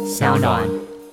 小暖。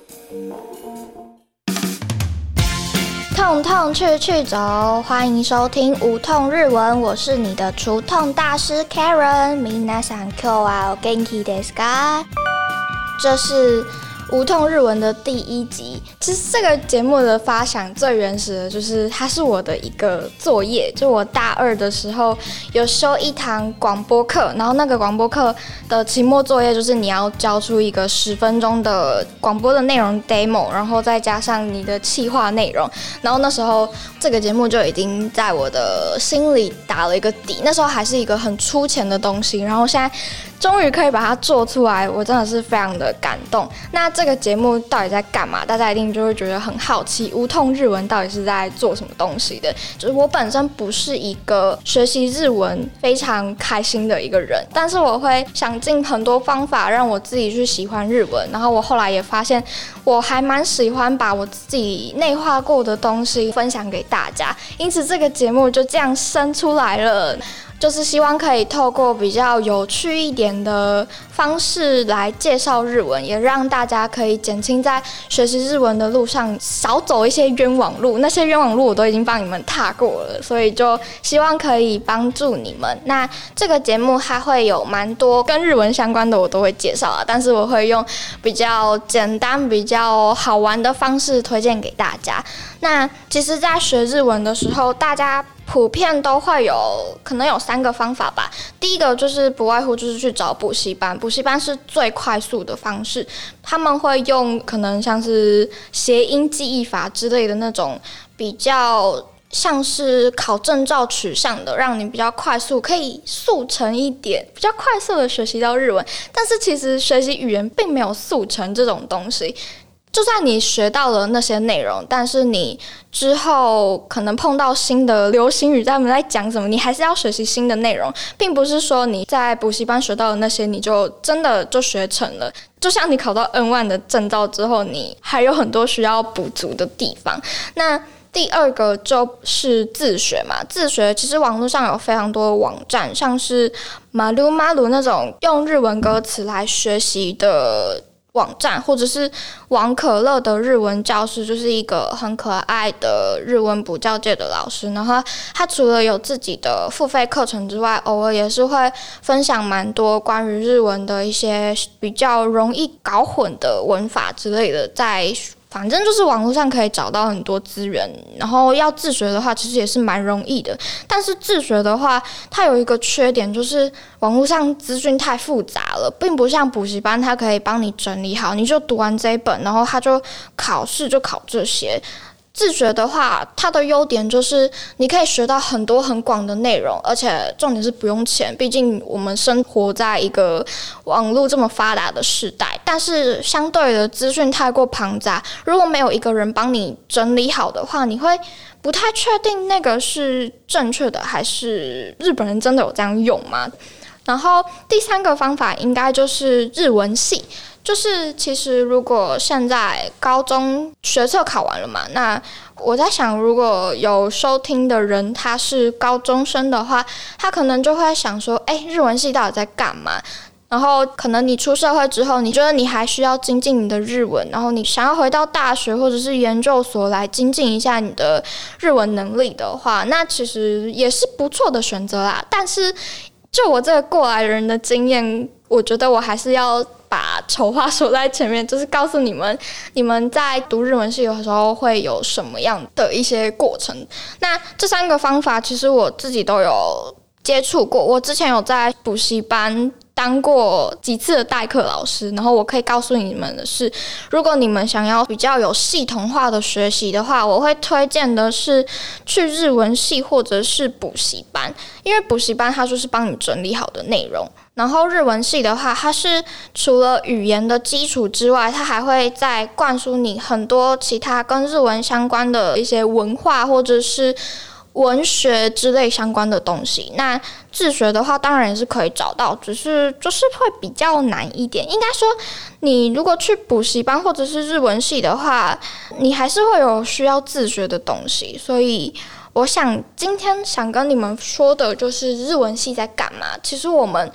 痛痛去走，欢迎收听无痛日文，我是你的除痛大师 Karen。皆さん今日はお元気ですか？这是无痛日文的第1集。其实这个节目的发想最原始的就是它是我的一个作业，就我大2的时候有修一堂广播课，然后那个广播课的期末作业就是你要交出一个10分钟的广播的内容 demo， 然后再加上你的企划内容，然后那时候这个节目就已经在我的心里打了一个底，那时候还是一个很粗浅的东西，然后现在终于可以把它做出来，我真的是非常的感动。那这个节目到底在干嘛？大家一定就会觉得很好奇，无痛日文到底是在做什么东西的？就是我本身不是一个学习日文非常开心的一个人，但是我会想尽很多方法让我自己去喜欢日文。然后我后来也发现，我还蛮喜欢把我自己内化过的东西分享给大家，因此这个节目就这样生出来了。就是希望可以透过比较有趣一点的方式来介绍日文，也让大家可以减轻在学习日文的路上少走一些冤枉路。那些冤枉路我都已经帮你们踏过了，所以就希望可以帮助你们。那这个节目它会有蛮多跟日文相关的我都会介绍啊，但是我会用比较简单比较好玩的方式推荐给大家。那其实在学日文的时候，大家普遍都会可能有3个方法吧。第一个就是不外乎就是去找补习班，补习班是最快速的方式，他们会用可能像是谐音记忆法之类的那种比较像是考证照取向的，让你比较快速可以速成一点，比较快速的学习到日文。但是其实学习语言并没有速成这种东西，就算你学到了那些内容，但是你之后可能碰到新的流行语，他们在讲什么，你还是要学习新的内容，并不是说你在补习班学到的那些你就真的就学成了。就像你考到 N1 的证照之后，你还有很多需要补足的地方。那第2个就是自学嘛，自学其实网络上有非常多的网站，像是马鲁那种用日文歌词来学习的网站，或者是王可乐的日文教室，就是一个很可爱的日文补教界的老师。然后他除了有自己的付费课程之外，偶尔也是会分享蛮多关于日文的一些比较容易搞混的文法之类的，反正就是网络上可以找到很多资源，然后要自学的话其实也是蛮容易的。但是自学的话它有一个缺点，就是网络上资讯太复杂了，并不像补习班它可以帮你整理好，你就读完这一本，然后它就考试就考这些。自学的话，它的优点就是你可以学到很多很广的内容，而且重点是不用钱，毕竟我们生活在一个网络这么发达的时代。但是相对的资讯太过庞杂，如果没有一个人帮你整理好的话，你会不太确定那个是正确的，还是日本人真的有这样用吗？然后第3个方法应该就是日文系。就是其实如果现在高中学测考完了嘛，那我在想，如果有收听的人他是高中生的话，他可能就会想说，日文系到底在干嘛？然后可能你出社会之后，你觉得你还需要精进你的日文，然后你想要回到大学或者是研究所来精进一下你的日文能力的话，那其实也是不错的选择啦。但是就我这个过来人的经验，我觉得我还是要把丑话说在前面，就是告诉你们，你们在读日文系的时候会有什么样的一些过程。那这3个方法其实我自己都有接触过，我之前有在补习班当过几次的代课老师，然后我可以告诉你们的是，如果你们想要比较有系统化的学习的话，我会推荐的是去日文系或者是补习班，因为补习班它就是帮你整理好的内容，然后日文系的话，它是除了语言的基础之外，它还会再灌输你很多其他跟日文相关的一些文化或者是文学之类相关的东西。那自学的话当然也是可以找到，只是就是会比较难一点。应该说你如果去补习班或者是日文系的话，你还是会有需要自学的东西。所以我想今天想跟你们说的就是日文系在干嘛。其实我们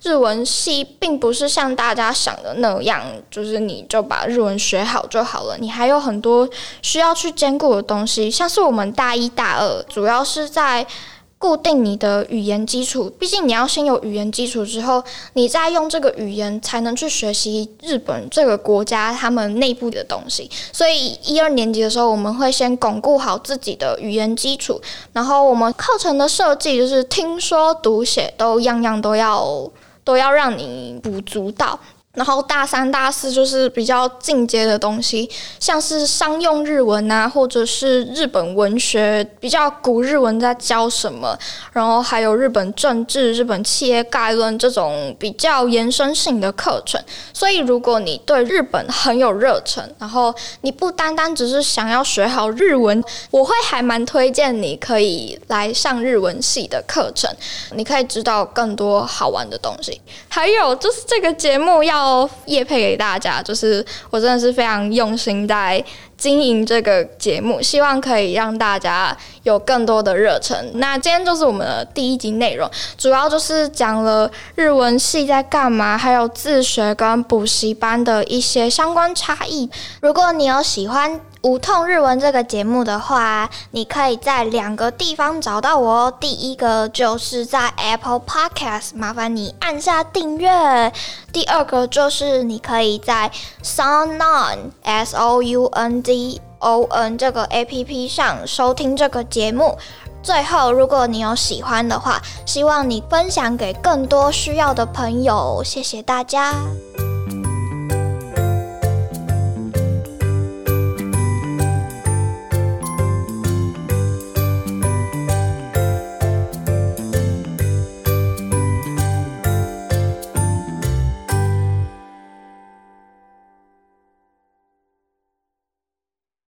日文系并不是像大家想的那样，就是你就把日文学好就好了，你还有很多需要去兼顾的东西，像是我们大一大二主要是在固定你的语言基础，毕竟你要先有语言基础之后，你再用这个语言才能去学习日本这个国家他们内部的东西。所以1、2年级的时候，我们会先巩固好自己的语言基础，然后我们课程的设计就是听说读写都样样都要让你补足到。然后大3、大4就是比较进阶的东西，像是商用日文啊，或者是日本文学，比较古日文在教什么，然后还有日本政治、日本企业概论这种比较延伸性的课程。所以如果你对日本很有热忱，然后你不单单只是想要学好日文，我会还蛮推荐你可以来上日文系的课程，你可以知道更多好玩的东西。还有就是这个节目要业配给大家，就是我真的是非常用心在经营这个节目，希望可以让大家有更多的热忱。那今天就是我们的第1集内容，主要就是讲了日文系在干嘛，还有自学跟补习班的一些相关差异。如果你有喜欢无痛日文这个节目的话，你可以在2个地方找到我哦。第一个就是在 Apple Podcast， 麻烦你按下订阅。第二个就是你可以在 SoundOn SOUNDON 这个 APP 上收听这个节目。最后，如果你有喜欢的话，希望你分享给更多需要的朋友。谢谢大家。